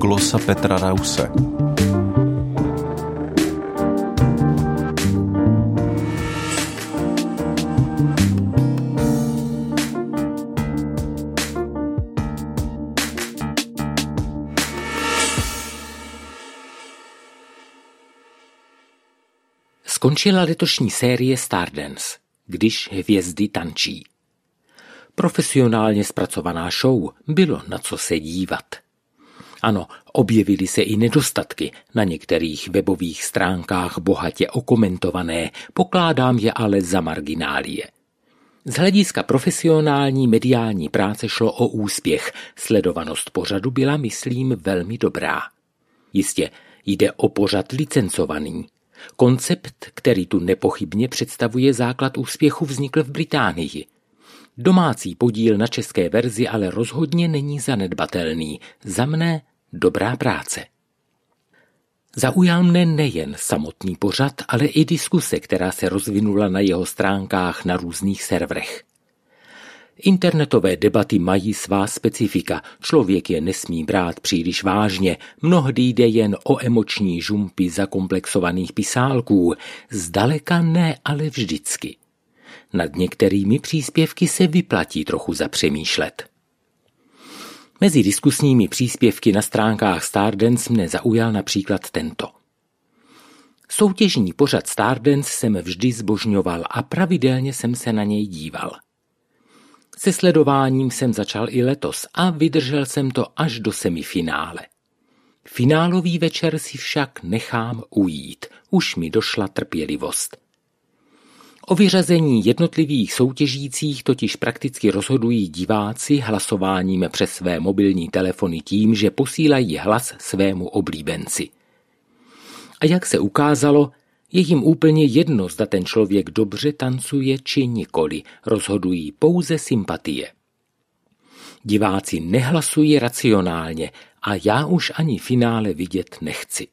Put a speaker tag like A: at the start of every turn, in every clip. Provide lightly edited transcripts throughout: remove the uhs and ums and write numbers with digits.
A: glosa Petra Rause.
B: Skončila letošní série Stardance, když hvězdy tančí. Profesionálně zpracovaná show, bylo na co se dívat. Ano, objevily se i nedostatky, na některých webových stránkách bohatě okomentované, pokládám je ale za marginálie. Z hlediska profesionální mediální práce šlo o úspěch, sledovanost pořadu byla, myslím, velmi dobrá. Jistě, jde o pořad licencovaný. Koncept, který tu nepochybně představuje základ úspěchu, vznikl v Británii. Domácí podíl na české verzi ale rozhodně není zanedbatelný. Za mne dobrá práce. Zaujal mne nejen samotný pořad, ale i diskuse, která se rozvinula na jeho stránkách na různých serverech. Internetové debaty mají svá specifika, člověk je nesmí brát příliš vážně, mnohdy jde jen o emoční žumpy zakomplexovaných pisálků, zdaleka ne, ale vždycky. Nad některými příspěvky se vyplatí trochu zapřemýšlet. Mezi diskusními příspěvky na stránkách Stardance mne zaujal například tento. Soutěžní pořad Stardance jsem vždy zbožňoval a pravidelně jsem se na něj díval. Se sledováním jsem začal i letos a vydržel jsem to až do semifinále. Finálový večer si však nechám ujít, už mi došla trpělivost. O vyřazení jednotlivých soutěžících totiž prakticky rozhodují diváci hlasováním přes své mobilní telefony tím, že posílají hlas svému oblíbenci. A jak se ukázalo, je jim úplně jedno, zda ten člověk dobře tancuje či nikoli, rozhodují pouze sympatie. Diváci nehlasují racionálně a já už ani finále vidět nechci.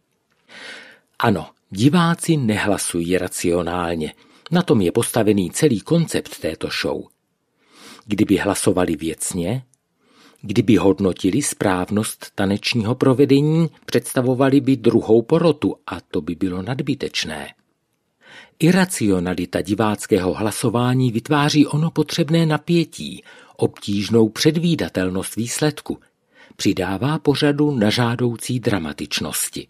B: Ano, diváci nehlasují racionálně, na tom je postavený celý koncept této show. Kdyby hlasovali věcně, kdyby hodnotili správnost tanečního provedení, představovali by druhou porotu a to by bylo nadbytečné. Iracionalita diváckého hlasování vytváří ono potřebné napětí, obtížnou předvídatelnost výsledku, přidává pořadu na žádoucí dramatičnosti.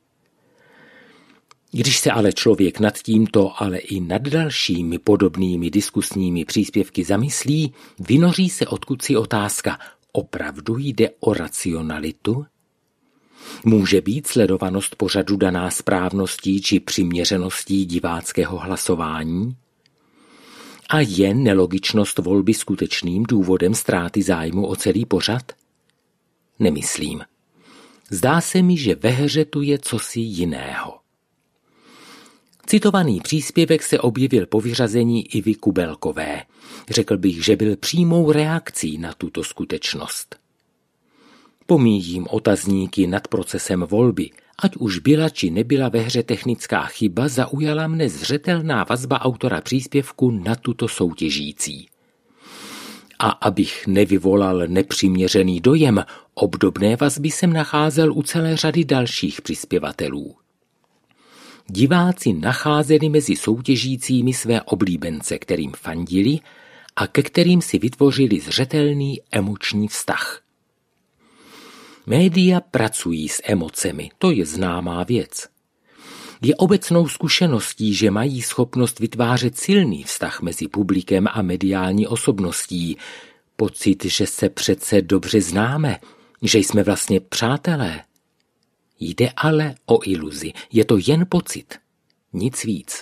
B: Když se ale člověk nad tímto, ale i nad dalšími podobnými diskusními příspěvky zamyslí, vynoří se odkud otázka, opravdu jde o racionalitu? Může být sledovanost pořadu daná správností či přiměřeností diváckého hlasování? A je nelogičnost volby skutečným důvodem ztráty zájmu o celý pořad? Nemyslím. Zdá se mi, že ve hře tu je cosi jiného. Citovaný příspěvek se objevil po vyřazení Ivy Kubelkové. Řekl bych, že byl přímou reakcí na tuto skutečnost. Pomíjím otazníky nad procesem volby, ať už byla či nebyla ve hře technická chyba, zaujala mne zřetelná vazba autora příspěvku na tuto soutěžící. A abych nevyvolal nepřiměřený dojem, obdobné vazby jsem nacházel u celé řady dalších přispěvatelů. Diváci nacházeli mezi soutěžícími své oblíbence, kterým fandili a ke kterým si vytvořili zřetelný emoční vztah. Média pracují s emocemi, to je známá věc. Je obecnou zkušeností, že mají schopnost vytvářet silný vztah mezi publikem a mediální osobností. Pocit, že se přece dobře známe, že jsme vlastně přátelé. Jde ale o iluzi, je to jen pocit, nic víc.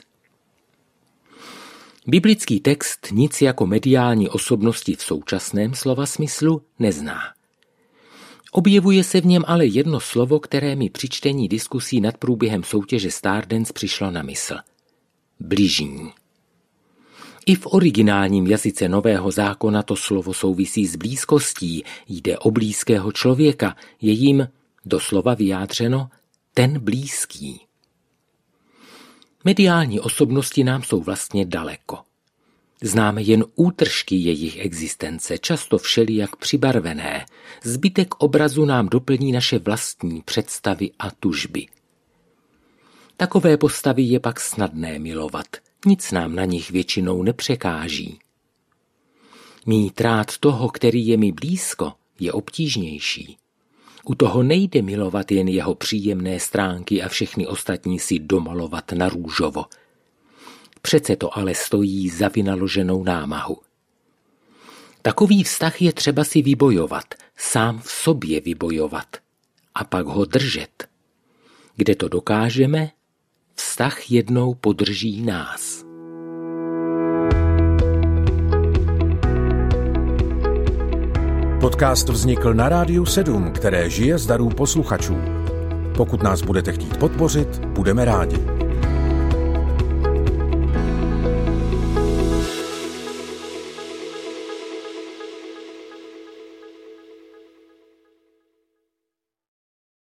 B: Biblický text nic jako mediální osobnosti v současném slova smyslu nezná. Objevuje se v něm ale jedno slovo, které mi při čtení diskusí nad průběhem soutěže Stardance přišlo na mysl. Bližní. I v originálním jazyce Nového zákona to slovo souvisí s blízkostí, jde o blízkého člověka, je jim doslova vyjádřeno ten blízký. Mediální osobnosti nám jsou vlastně daleko. Známe jen útržky jejich existence, často všelijak přibarvené. Zbytek obrazu nám doplní naše vlastní představy a tužby. Takové postavy je pak snadné milovat, nic nám na nich většinou nepřekáží. Mít rád toho, který je mi blízko, je obtížnější. U toho nejde milovat jen jeho příjemné stránky a všechny ostatní si domalovat na růžovo. Přece to ale stojí za vynaloženou námahu. Takový vztah je třeba si vybojovat, sám v sobě vybojovat a pak ho držet. Kde to dokážeme, vztah jednou podrží nás.
A: Podcast vznikl na Rádiu 7, které žije z darů posluchačů. Pokud nás budete chtít podpořit, budeme rádi.